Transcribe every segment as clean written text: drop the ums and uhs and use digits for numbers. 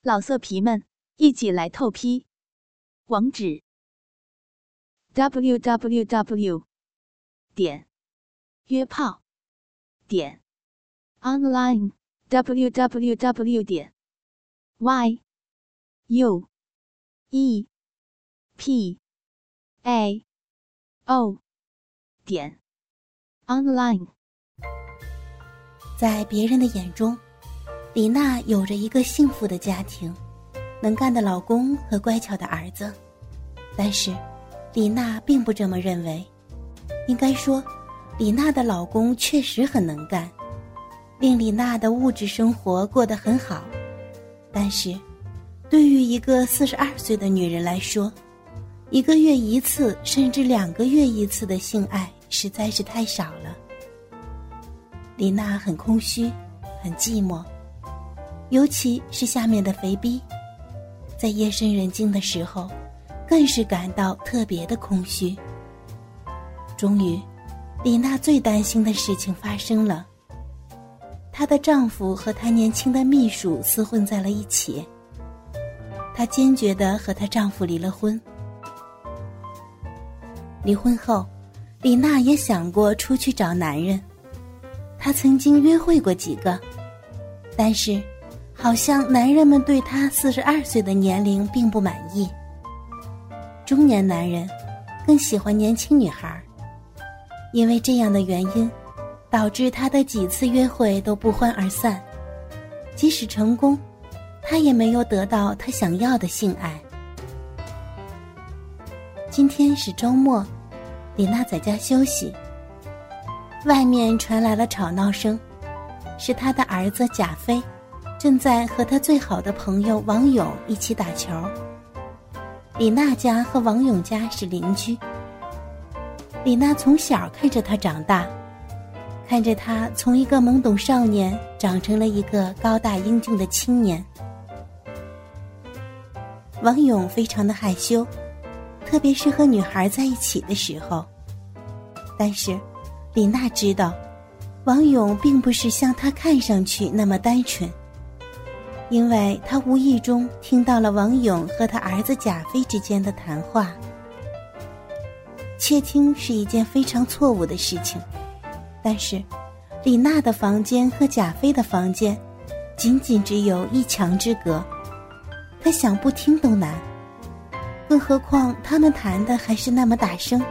老色皮们，一起来透批！网址 www.约炮online www.yuepao.online。 在别人的眼中，李娜有着一个幸福的家庭，能干的老公和乖巧的儿子。但是李娜并不这么认为，应该说李娜的老公确实很能干，令李娜的物质生活过得很好。但是对于一个42岁的女人来说，1个月一次甚至2个月一次的性爱实在是太少了。李娜很空虚，很寂寞，尤其是下面的肥逼，在夜深人静的时候更是感到特别的空虚。终于李娜最担心的事情发生了，她的丈夫和她年轻的秘书厮混在了一起，她坚决地和她丈夫离了婚。离婚后，李娜也想过出去找男人，她曾经约会过几个，但是好像男人们对她42岁的年龄并不满意。中年男人更喜欢年轻女孩，因为这样的原因，导致她的几次约会都不欢而散。即使成功，她也没有得到她想要的性爱。今天是周末，李娜在家休息，外面传来了吵闹声，是她的儿子贾飞正在和他最好的朋友王勇一起打球。李娜家和王勇家是邻居，李娜从小看着他长大，看着他从一个懵懂少年长成了一个高大英俊的青年。王勇非常的害羞，特别是和女孩在一起的时候。但是李娜知道，王勇并不是像他看上去那么单纯，因为他无意中听到了王勇和他儿子贾飞之间的谈话。窃听是一件非常错误的事情，但是李娜的房间和贾飞的房间仅仅只有1墙之隔，她想不听都难，更何况他们谈的还是那么大声。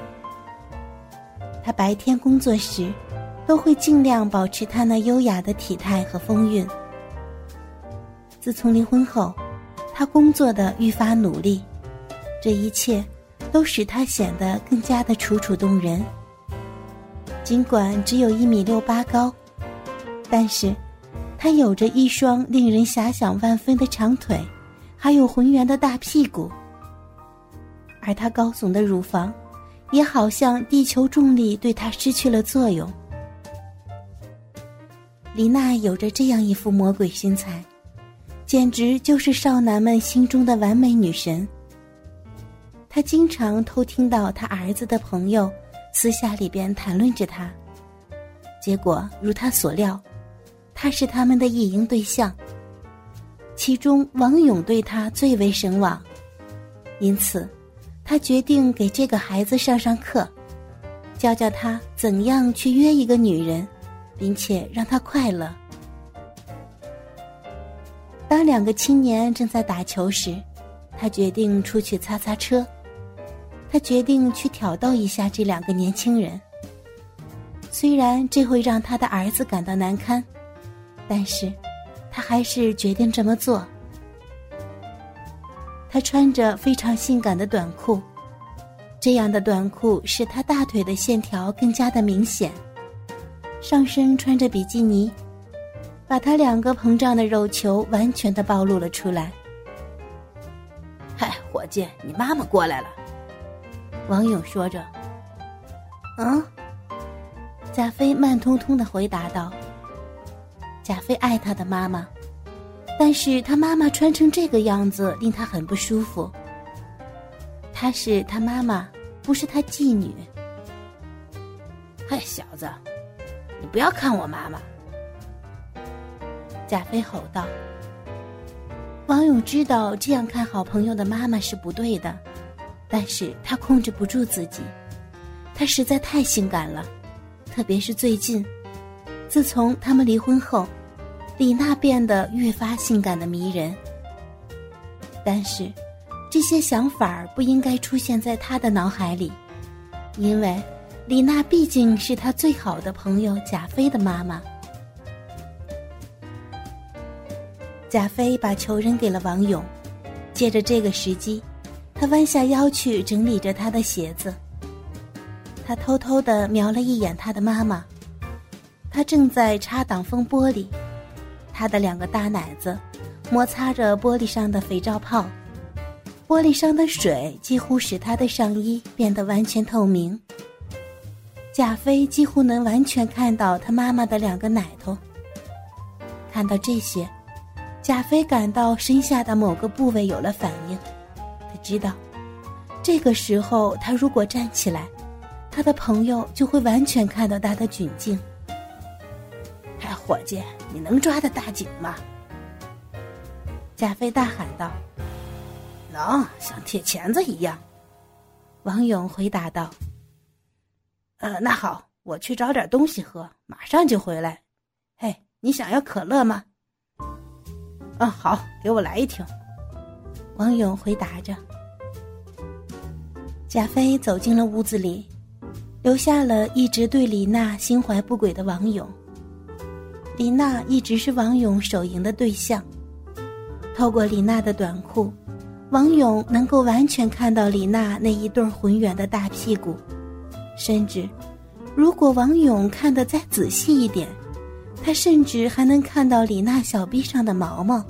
她白天工作时都会尽量保持她那优雅的体态和风韵。自从离婚后，她工作的愈发努力，这一切都使她显得更加的楚楚动人。尽管只有1.68米高，但是她有着一双令人遐想万分的长腿，还有浑圆的大屁股。而她高耸的乳房也好像地球重力对她失去了作用。李娜有着这样一副魔鬼身材，简直就是少男们心中的完美女神。她经常偷听到她儿子的朋友私下里边谈论着她，结果如她所料，她是他们的意淫对象。其中王勇对她最为神往，因此她决定给这个孩子上上课，教教他怎样去约一个女人，并且让她快乐。当2个青年正在打球时，他决定出去擦擦车。他决定去挑逗一下这2个年轻人。虽然这会让他的儿子感到难堪，但是他还是决定这么做。他穿着非常性感的短裤，这样的短裤使他大腿的线条更加的明显，上身穿着比基尼，把他2个膨胀的肉球完全的暴露了出来。 嗨，伙计，你妈妈过来了。 王勇说着。贾飞慢通通地回答道。贾飞爱他的妈妈，但是他妈妈穿成这个样子令他很不舒服。她是他妈妈，不是他妓女。 嗨，小子，你不要看我妈妈。 贾飞吼道。 王勇知道这样看好朋友的妈妈是不对的，但是他控制不住自己，她实在太性感了，特别是最近，自从他们离婚后，李娜变得越发性感的迷人。但是这些想法不应该出现在他的脑海里，因为李娜毕竟是他最好的朋友贾飞的妈妈。贾飞把球扔给了王勇，借着这个时机，他弯下腰去整理着他的鞋子。他偷偷地瞄了一眼他的妈妈，她正在擦挡风玻璃，她的2个大奶子摩擦着玻璃上的肥皂泡，玻璃上的水几乎使她的上衣变得完全透明。贾飞几乎能完全看到他妈妈的2个奶头。看到这些，贾飞感到身下的某个部位有了反应，他知道这个时候他如果站起来，他的朋友就会完全看到他的窘境。伙计，你能抓得大紧吗？贾飞大喊道。能，像铁钳子一样。王勇回答道。那好，我去找点东西喝，马上就回来。嘿，你想要可乐吗？好，给我来一瓶。王勇回答着。贾飞走进了屋子里，留下了一直对李娜心怀不轨的王勇。李娜一直是王勇手淫的对象，透过李娜的短裤，王勇能够完全看到李娜那一对浑圆的大屁股，甚至如果王勇看得再仔细一点，他甚至还能看到李娜小臂上的毛毛。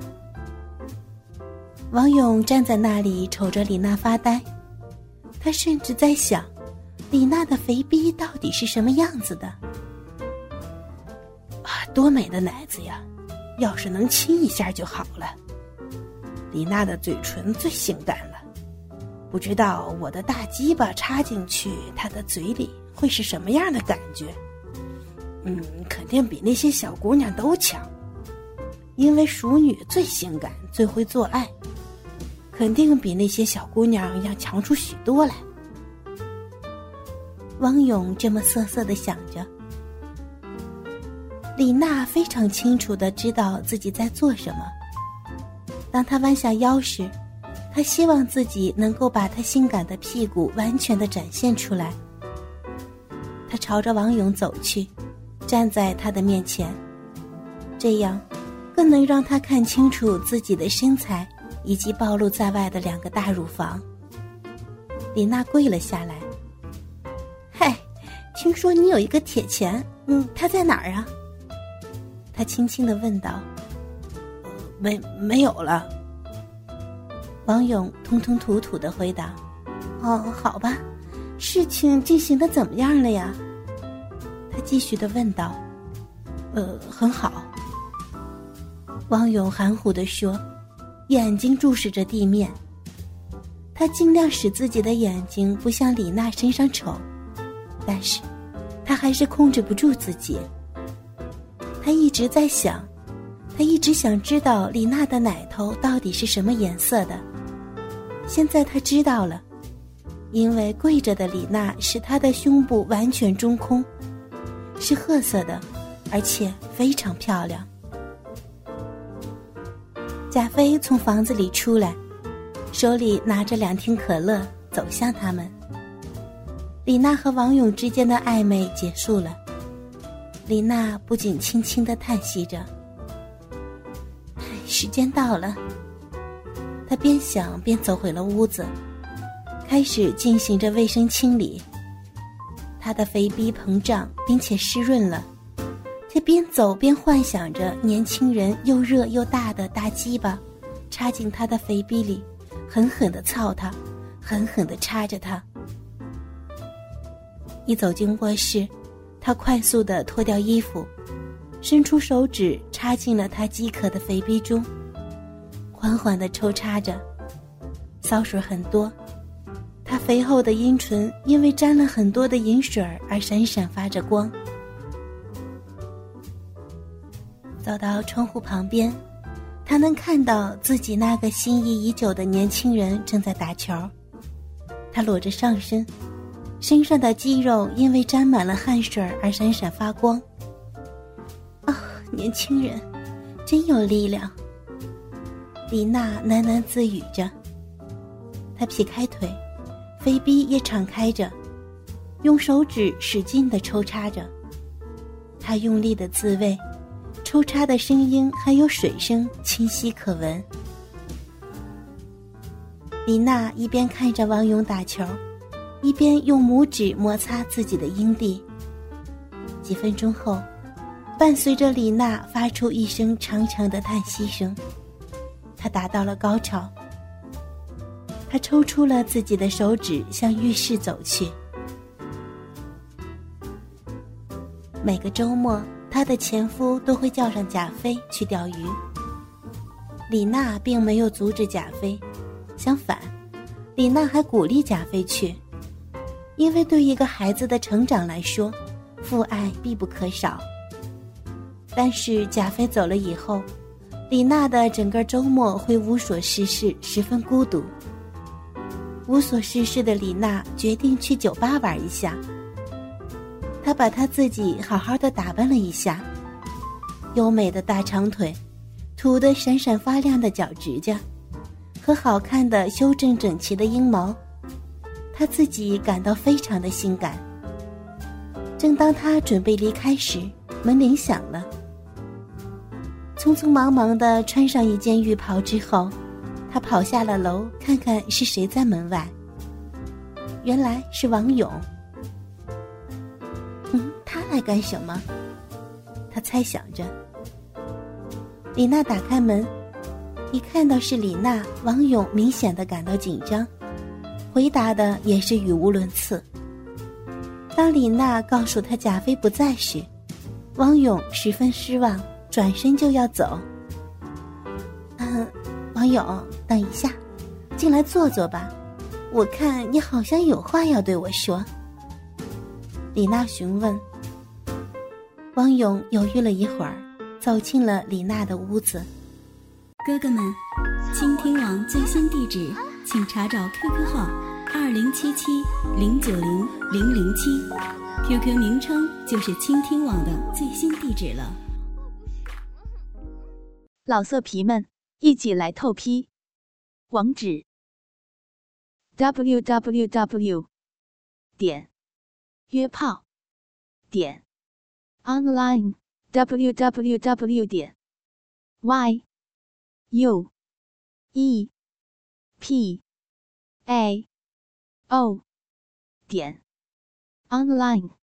王勇站在那里瞅着李娜发呆，他甚至在想，李娜的肥逼到底是什么样子的？多美的奶子呀，要是能亲一下就好了。李娜的嘴唇最性感了，不知道我的大鸡巴插进去她的嘴里会是什么样的感觉。肯定比那些小姑娘都强，因为熟女最性感最会做爱，肯定比那些小姑娘要强出许多来。王勇这么瑟瑟地想着。李娜非常清楚地知道自己在做什么。当她弯下腰时，她希望自己能够把她性感的屁股完全地展现出来。她朝着王勇走去，站在他的面前，这样更能让他看清楚自己的身材以及暴露在外的2个大乳房。李娜跪了下来。嗨，听说你有一个铁钳，它在哪儿啊？他轻轻地问道。没有了。王勇吞吞吐吐地回答。好吧，事情进行得怎么样了呀？他继续地问道。很好。王勇含糊地说，眼睛注视着地面。他尽量使自己的眼睛不向李娜身上瞅，但是他还是控制不住自己。他一直在想，他一直想知道李娜的奶头到底是什么颜色的。现在他知道了，因为跪着的李娜使她的胸部完全中空，是褐色的，而且非常漂亮。贾飞从房子里出来，手里拿着2听可乐，走向他们。李娜和王勇之间的暧昧结束了，李娜不仅轻轻地叹息着。时间到了。她边想边走回了屋子，开始进行着卫生清理。她的肥逼膨胀并且湿润了，她边走边幻想着年轻人又热又大的大鸡巴插进她的肥逼里，狠狠地操她，狠狠地插着她。一走进卧室，她快速地脱掉衣服，伸出手指插进了她饥渴的肥逼中，缓缓地抽插着，骚水很多，她肥厚的阴唇因为沾了很多的银水而闪闪发着光。走到窗户旁边， 他能看到自己那个心仪已久的年轻人正在打球。他裸着上身，身上的肌肉因为沾满了汗水而闪闪发光。年轻人真有力量，李娜喃喃自语着。她劈开腿，肥逼也敞开着，用手指使劲地抽插着。她用力的自慰，抽插的声音还有水声清晰可闻。李娜一边看着王勇打球，一边用拇指摩擦自己的阴蒂。几分钟后，伴随着李娜发出一声长长的叹息声，她达到了高潮。她抽出了自己的手指，向浴室走去。每个周末，她的前夫都会叫上贾飞去钓鱼。李娜并没有阻止贾飞，相反，李娜还鼓励贾飞去，因为对一个孩子的成长来说，父爱必不可少。但是贾飞走了以后，李娜的整个周末会无所事事，十分孤独。无所事事的李娜决定去酒吧玩一下。她把她自己好好的打扮了一下，优美的大长腿，涂得闪闪发亮的脚指甲，和好看的修正整齐的阴毛，她自己感到非常的性感。正当她准备离开时，门铃响了。匆匆忙忙地穿上一件浴袍之后，她跑下了楼，看看是谁在门外。原来是王勇。他来干什么？她猜想着。李娜打开门，一看到是李娜，王勇明显地感到紧张，回答的也是语无伦次。当李娜告诉他贾飞不在时，王勇十分失望，转身就要走。王勇，等一下，进来坐坐吧，我看你好像有话要对我说。李娜询问。王勇犹豫了一会儿，走进了李娜的屋子。 哥哥们，倾听网最新地址，请查找 QQ 号2077-090-007，QQ 名称就是倾听网的最新地址了。 老色皮们，一起来透批！网址 www.约炮online www.yuepao.online